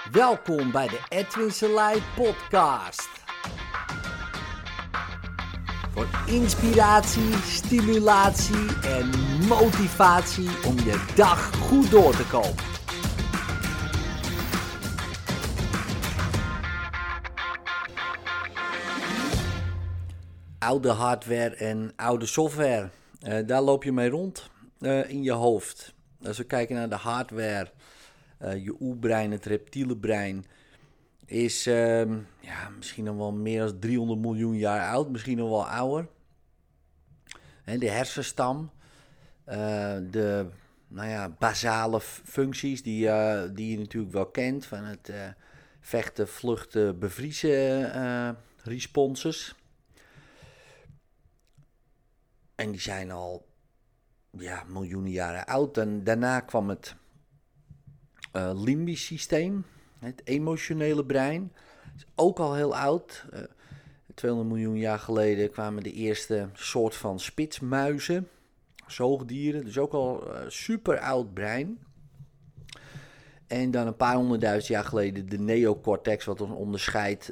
Welkom bij de Edwin Selei podcast. Voor inspiratie, stimulatie en motivatie om je dag goed door te komen. Oude hardware en oude software, daar loop je mee rond in je hoofd. Als we kijken naar de hardware, je oerbrein, het reptiele brein, is misschien nog wel meer dan 300 miljoen jaar oud, misschien nog wel ouder. De hersenstam, de basale functies die je natuurlijk wel kent, van het vechten, vluchten, bevriezen responses. En die zijn al miljoenen jaren oud. En daarna kwam het limbisch systeem, het emotionele brein. Dat is ook al heel oud. 200 miljoen jaar geleden kwamen de eerste soort van spitsmuizen, zoogdieren. Dus ook al super oud brein. En dan een paar honderdduizend jaar geleden de neocortex, wat ons onderscheidt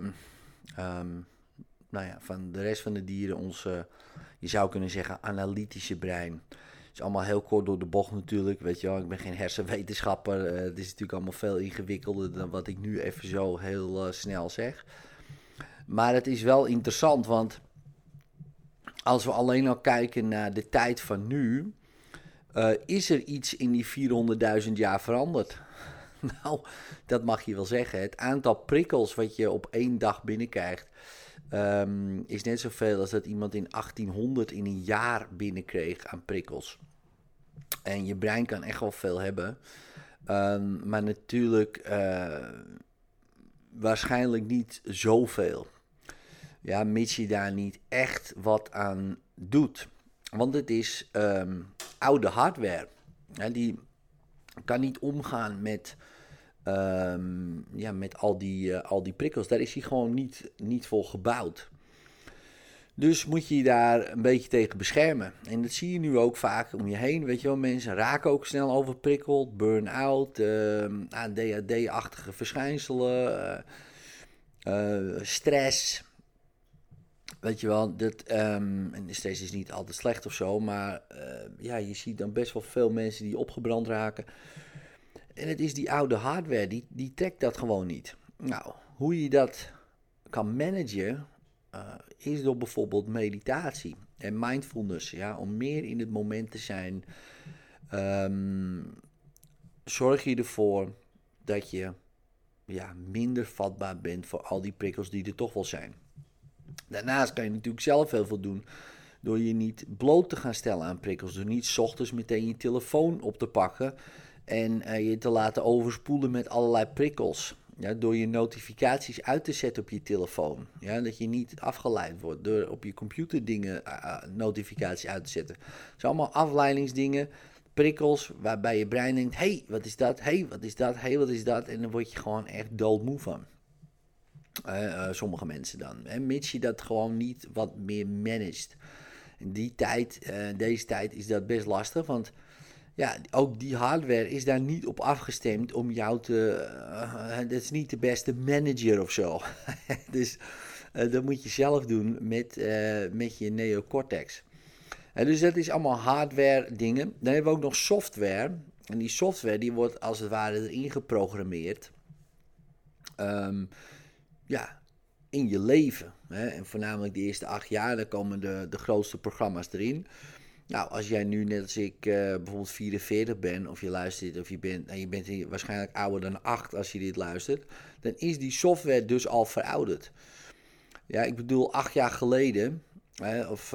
van de rest van de dieren, onze, je zou kunnen zeggen, analytische brein. Het is allemaal heel kort door de bocht natuurlijk, weet je wel. Ik ben geen hersenwetenschapper. Het is natuurlijk allemaal veel ingewikkelder dan wat ik nu even zo heel snel zeg. Maar het is wel interessant, want als we alleen al kijken naar de tijd van nu, is er iets in die 400.000 jaar veranderd. Nou, dat mag je wel zeggen. Het aantal prikkels wat je op één dag binnenkrijgt, is net zoveel als dat iemand in 1800 in een jaar binnenkreeg aan prikkels. En je brein kan echt wel veel hebben. Maar natuurlijk waarschijnlijk niet zoveel. Ja, mits je daar niet echt wat aan doet. Want het is oude hardware. Ja, die kan niet omgaan met al die prikkels. Daar is hij gewoon niet voor gebouwd. Dus moet je je daar een beetje tegen beschermen. En dat zie je nu ook vaak om je heen. Weet je wel, mensen raken ook snel overprikkeld. Burn-out, ADHD-achtige verschijnselen, stress. Weet je wel, en stress is niet altijd slecht of zo. Maar je ziet dan best wel veel mensen die opgebrand raken. En het is die oude hardware, die trekt dat gewoon niet. Nou, hoe je dat kan managen, is door bijvoorbeeld meditatie en mindfulness. Ja, om meer in het moment te zijn. Zorg je ervoor dat je minder vatbaar bent voor al die prikkels die er toch wel zijn. Daarnaast kan je natuurlijk zelf heel veel doen door je niet bloot te gaan stellen aan prikkels. Door niet 's ochtends meteen je telefoon op te pakken en je te laten overspoelen met allerlei prikkels. Ja, door je notificaties uit te zetten op je telefoon. Ja, dat je niet afgeleid wordt door op je computer dingen, notificaties uit te zetten. Het zijn allemaal afleidingsdingen, prikkels, waarbij je brein denkt, hey, wat is dat? Hey, wat is dat? Hey, wat is dat? En dan word je gewoon echt doodmoe van. Sommige mensen dan. En mits je dat gewoon niet wat meer managt. In deze tijd is dat best lastig, want ja, ook die hardware is daar niet op afgestemd om jou te... dat is niet de beste manager of zo. Dus dat moet je zelf doen met je neocortex. Dus dat is allemaal hardware dingen. Dan hebben we ook nog software. En die software die wordt als het ware erin geprogrammeerd. In je leven. En voornamelijk de eerste 8 jaar, dan komen de grootste programma's erin. Nou, als jij nu net als ik bijvoorbeeld 44 bent, of je luistert, of je bent hier waarschijnlijk ouder dan 8 als je dit luistert, dan is die software dus al verouderd. Ja, ik bedoel 8 jaar geleden, of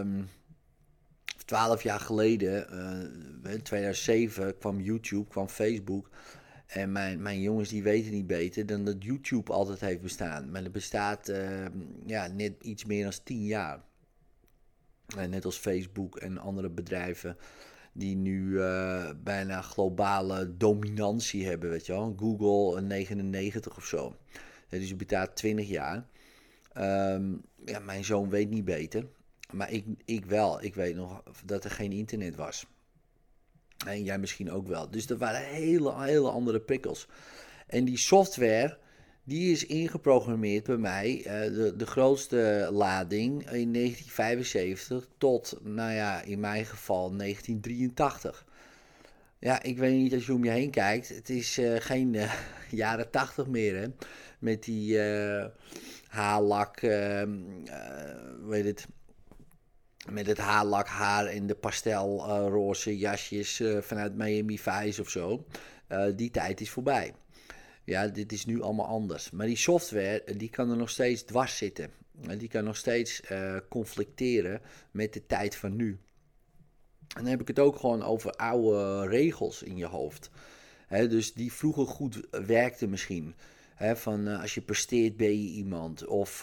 12 jaar geleden, in 2007 kwam YouTube, kwam Facebook. En mijn jongens die weten niet beter dan dat YouTube altijd heeft bestaan. Maar het bestaat net iets meer dan 10 jaar. Net als Facebook en andere bedrijven die nu bijna globale dominantie hebben, weet je wel. Google 99 of zo. Dus het bestaat 20 jaar. Mijn zoon weet niet beter. Maar ik wel. Ik weet nog dat er geen internet was. En jij misschien ook wel. Dus dat waren hele andere prikkels. En die software, die is ingeprogrammeerd bij mij, de grootste lading in 1975 tot, nou ja, in mijn geval 1983. Ja, ik weet niet als je om je heen kijkt, het is geen jaren 80 meer, hè. Met die haarlak, weet het, met het haarlak haar en de pastelroze jasjes vanuit Miami Vice of zo. Die tijd is voorbij. Ja, dit is nu allemaal anders. Maar die software, die kan er nog steeds dwars zitten. Die kan nog steeds conflicteren met de tijd van nu. En dan heb ik het ook gewoon over oude regels in je hoofd. Dus die vroeger goed werkten misschien. Van als je presteert ben je iemand. Of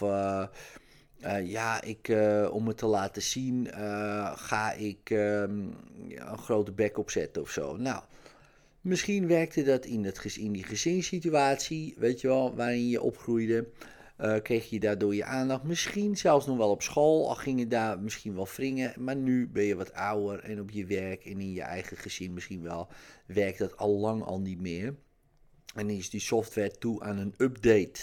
om het te laten zien ga ik een grote bek opzetten of zo. Nou, misschien werkte dat in die gezinssituatie, weet je wel, waarin je opgroeide. Kreeg je daardoor je aandacht. Misschien zelfs nog wel op school, al ging je daar misschien wel wringen. Maar nu ben je wat ouder en op je werk en in je eigen gezin misschien wel. Werkt dat al lang al niet meer. En is die software toe aan een update.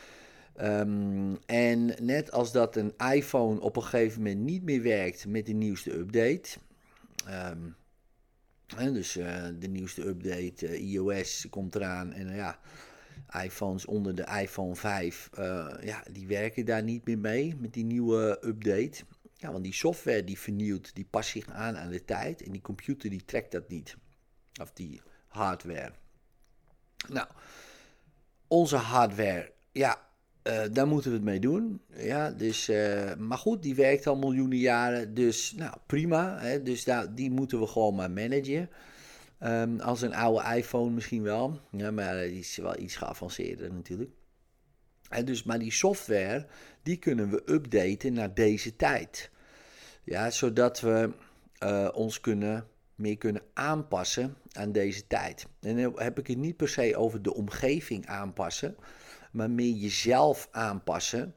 En net als dat een iPhone op een gegeven moment niet meer werkt met de nieuwste update. De nieuwste update, iOS komt eraan en ja, iPhones onder de iPhone 5, die werken daar niet meer mee met die nieuwe update. Ja, want die software die vernieuwt, die past zich aan de tijd en die computer die trekt dat niet. Of die hardware. Nou, onze hardware, ja, daar moeten we het mee doen. Ja, dus, maar goed, die werkt al miljoenen jaren, dus nou, prima. Hè, dus die moeten we gewoon maar managen. Als een oude iPhone misschien wel. Ja, maar die is wel iets geavanceerder natuurlijk. Maar die software, die kunnen we updaten naar deze tijd. Ja, zodat we ons meer kunnen aanpassen aan deze tijd. En dan heb ik het niet per se over de omgeving aanpassen, maar meer jezelf aanpassen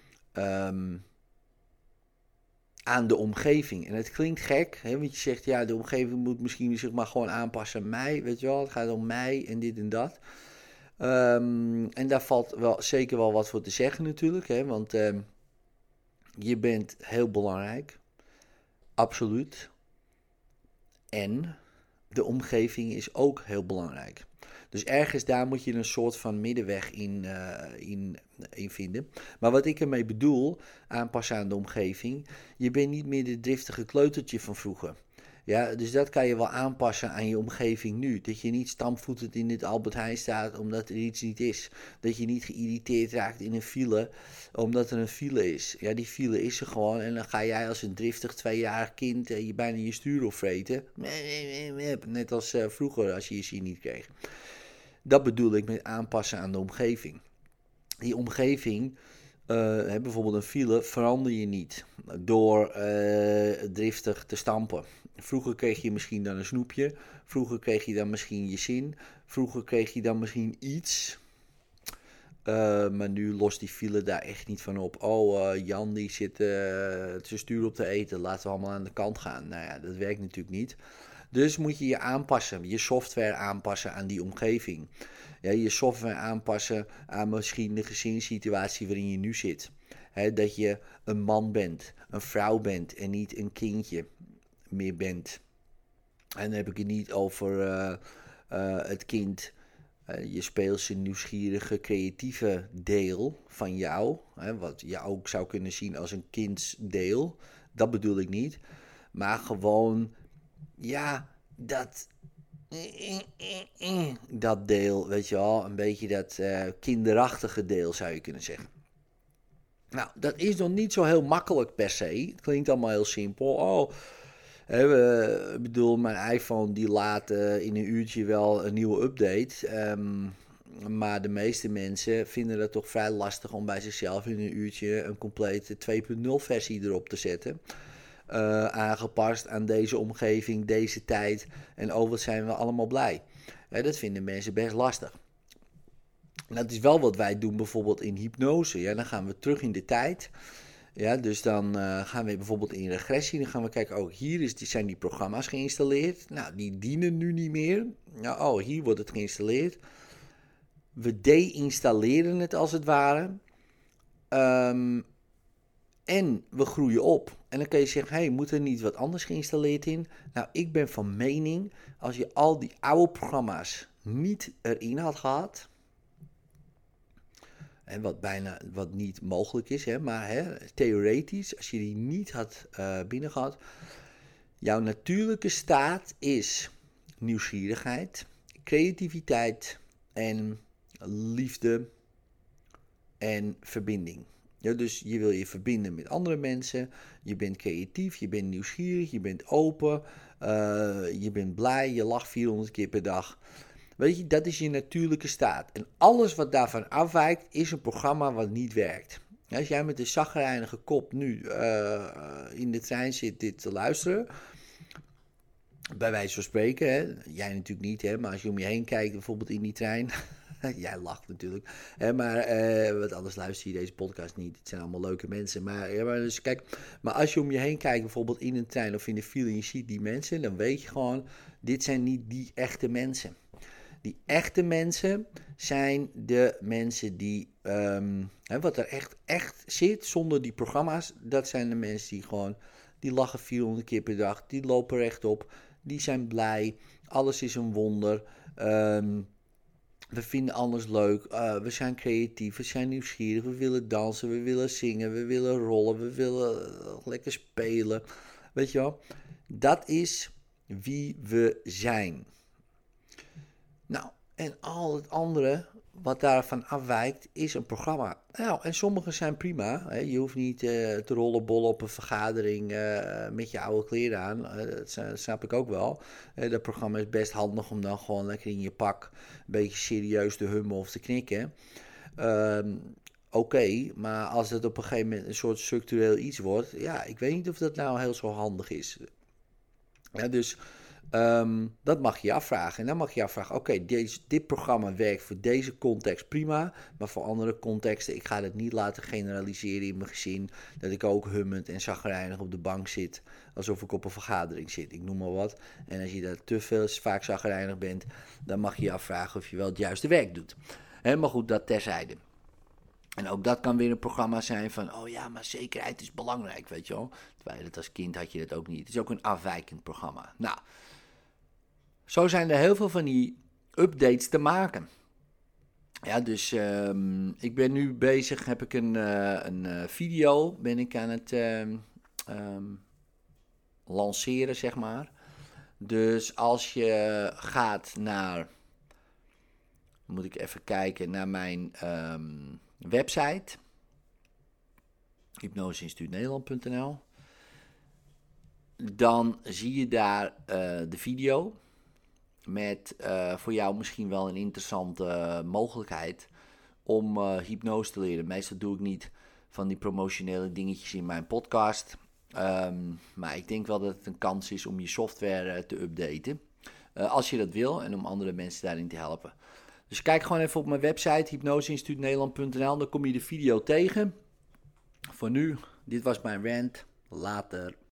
aan de omgeving. En het klinkt gek, hè, want je zegt, ja, de omgeving moet misschien zich maar gewoon aanpassen aan mij, weet je wel, het gaat om mij en dit en dat. En daar valt zeker wel wat voor te zeggen natuurlijk, hè, want je bent heel belangrijk, absoluut. En de omgeving is ook heel belangrijk. Dus ergens daar moet je een soort van middenweg in vinden. Maar wat ik ermee bedoel, aanpassen aan de omgeving. Je bent niet meer de driftige kleutertje van vroeger. Ja, dus dat kan je wel aanpassen aan je omgeving nu. Dat je niet stampvoetend in dit Albert Heijn staat omdat er iets niet is. Dat je niet geïrriteerd raakt in een file omdat er een file is. Ja, die file is er gewoon en dan ga jij als een driftig 2-jarig kind je bijna je stuur opvreten. Net als vroeger als je je zin niet kreeg. Dat bedoel ik met aanpassen aan de omgeving. Die omgeving, bijvoorbeeld een file, verander je niet door driftig te stampen. Vroeger kreeg je misschien dan een snoepje. Vroeger kreeg je dan misschien je zin. Vroeger kreeg je dan misschien iets. Maar nu lost die file daar echt niet van op. Jan die zit zijn stuur op te eten. Laten we allemaal aan de kant gaan. Nou ja, dat werkt natuurlijk niet. Dus moet je je aanpassen. Je software aanpassen aan die omgeving. Ja, je software aanpassen aan misschien de gezinssituatie waarin je nu zit. Dat je een man bent, een vrouw bent en niet een kindje meer bent. En dan heb ik het niet over het kind, je speelse, nieuwsgierige, creatieve deel van jou. Wat je ook zou kunnen zien als een kindsdeel. Dat bedoel ik niet. Maar gewoon, ja, dat deel, weet je wel. Een beetje dat kinderachtige deel zou je kunnen zeggen. Nou, dat is nog niet zo heel makkelijk per se. Het klinkt allemaal heel simpel. Ik bedoel, mijn iPhone die laat in een uurtje wel een nieuwe update. Maar de meeste mensen vinden het toch vrij lastig om bij zichzelf in een uurtje een complete 2.0 versie erop te zetten. Aangepast aan deze omgeving, deze tijd. En wat zijn we allemaal blij. Dat vinden mensen best lastig. Dat is wel wat wij doen bijvoorbeeld in hypnose. Ja, dan gaan we terug in de tijd. Ja, dus dan gaan we bijvoorbeeld in regressie. Dan gaan we kijken, hier zijn die programma's geïnstalleerd. Nou, die dienen nu niet meer. Nou, hier wordt het geïnstalleerd. We deinstalleren het als het ware. En we groeien op. En dan kun je zeggen, hey, moet er niet wat anders geïnstalleerd in? Nou, ik ben van mening, als je al die oude programma's niet erin had gehad, en wat niet mogelijk is, hè, maar theoretisch, als je die niet had binnen gehad, jouw natuurlijke staat is nieuwsgierigheid, creativiteit en liefde en verbinding. Ja, dus je wil je verbinden met andere mensen, je bent creatief, je bent nieuwsgierig, je bent open, je bent blij, je lacht 400 keer per dag. Weet je, dat is je natuurlijke staat. En alles wat daarvan afwijkt, is een programma wat niet werkt. Als jij met een chagrijnige kop nu in de trein zit dit te luisteren, bij wijze van spreken, hè, jij natuurlijk niet, hè, maar als je om je heen kijkt, bijvoorbeeld in die trein, jij lacht natuurlijk, hè, maar wat anders luister je deze podcast niet, het zijn allemaal leuke mensen, dus kijk, maar als je om je heen kijkt, bijvoorbeeld in een trein of in de file en je ziet die mensen, dan weet je gewoon, dit zijn niet die echte mensen. Die echte mensen zijn de mensen die, wat er echt zit zonder die programma's, dat zijn de mensen die gewoon, die lachen 400 keer per dag, die lopen rechtop, die zijn blij, alles is een wonder, we vinden alles leuk, we zijn creatief, we zijn nieuwsgierig, we willen dansen, we willen zingen, we willen rollen, we willen lekker spelen, weet je wel. Dat is wie we zijn. Nou, en al het andere wat daarvan afwijkt, is een programma. Nou, en sommige zijn prima. Hè. Je hoeft niet te rollenbollen op een vergadering met je oude kleren aan. Dat snap ik ook wel. Dat programma is best handig om dan gewoon lekker in je pak een beetje serieus te hummen of te knikken. Oké, maar als het op een gegeven moment een soort structureel iets wordt, ja, ik weet niet of dat nou heel zo handig is. Ja, dus dat mag je afvragen. En dan mag je afvragen, oké, dit programma werkt voor deze context prima, maar voor andere contexten, ik ga het niet laten generaliseren in mijn gezin, dat ik ook hummend en chagrijnig op de bank zit, alsof ik op een vergadering zit, ik noem maar wat. En als je daar te veel vaak chagrijnig bent, dan mag je je afvragen of je wel het juiste werk doet. Maar goed, dat terzijde. En ook dat kan weer een programma zijn van, oh ja, maar zekerheid is belangrijk, weet je wel. Terwijl dat als kind had je dat ook niet. Het is ook een afwijkend programma. Nou, zo zijn er heel veel van die updates te maken. Ja, dus ik ben nu bezig, heb ik een video, ben ik aan het lanceren, zeg maar. Dus als je gaat naar, moet ik even kijken, naar mijn website, hypnoseinstituutnederland.nl, dan zie je daar de video met voor jou misschien wel een interessante mogelijkheid om hypnose te leren. Meestal doe ik niet van die promotionele dingetjes in mijn podcast, maar ik denk wel dat het een kans is om je software te updaten, als je dat wil en om andere mensen daarin te helpen. Dus kijk gewoon even op mijn website hypnoseinstituutnederland.nl, dan kom je de video tegen. Voor nu, dit was mijn rant. Later.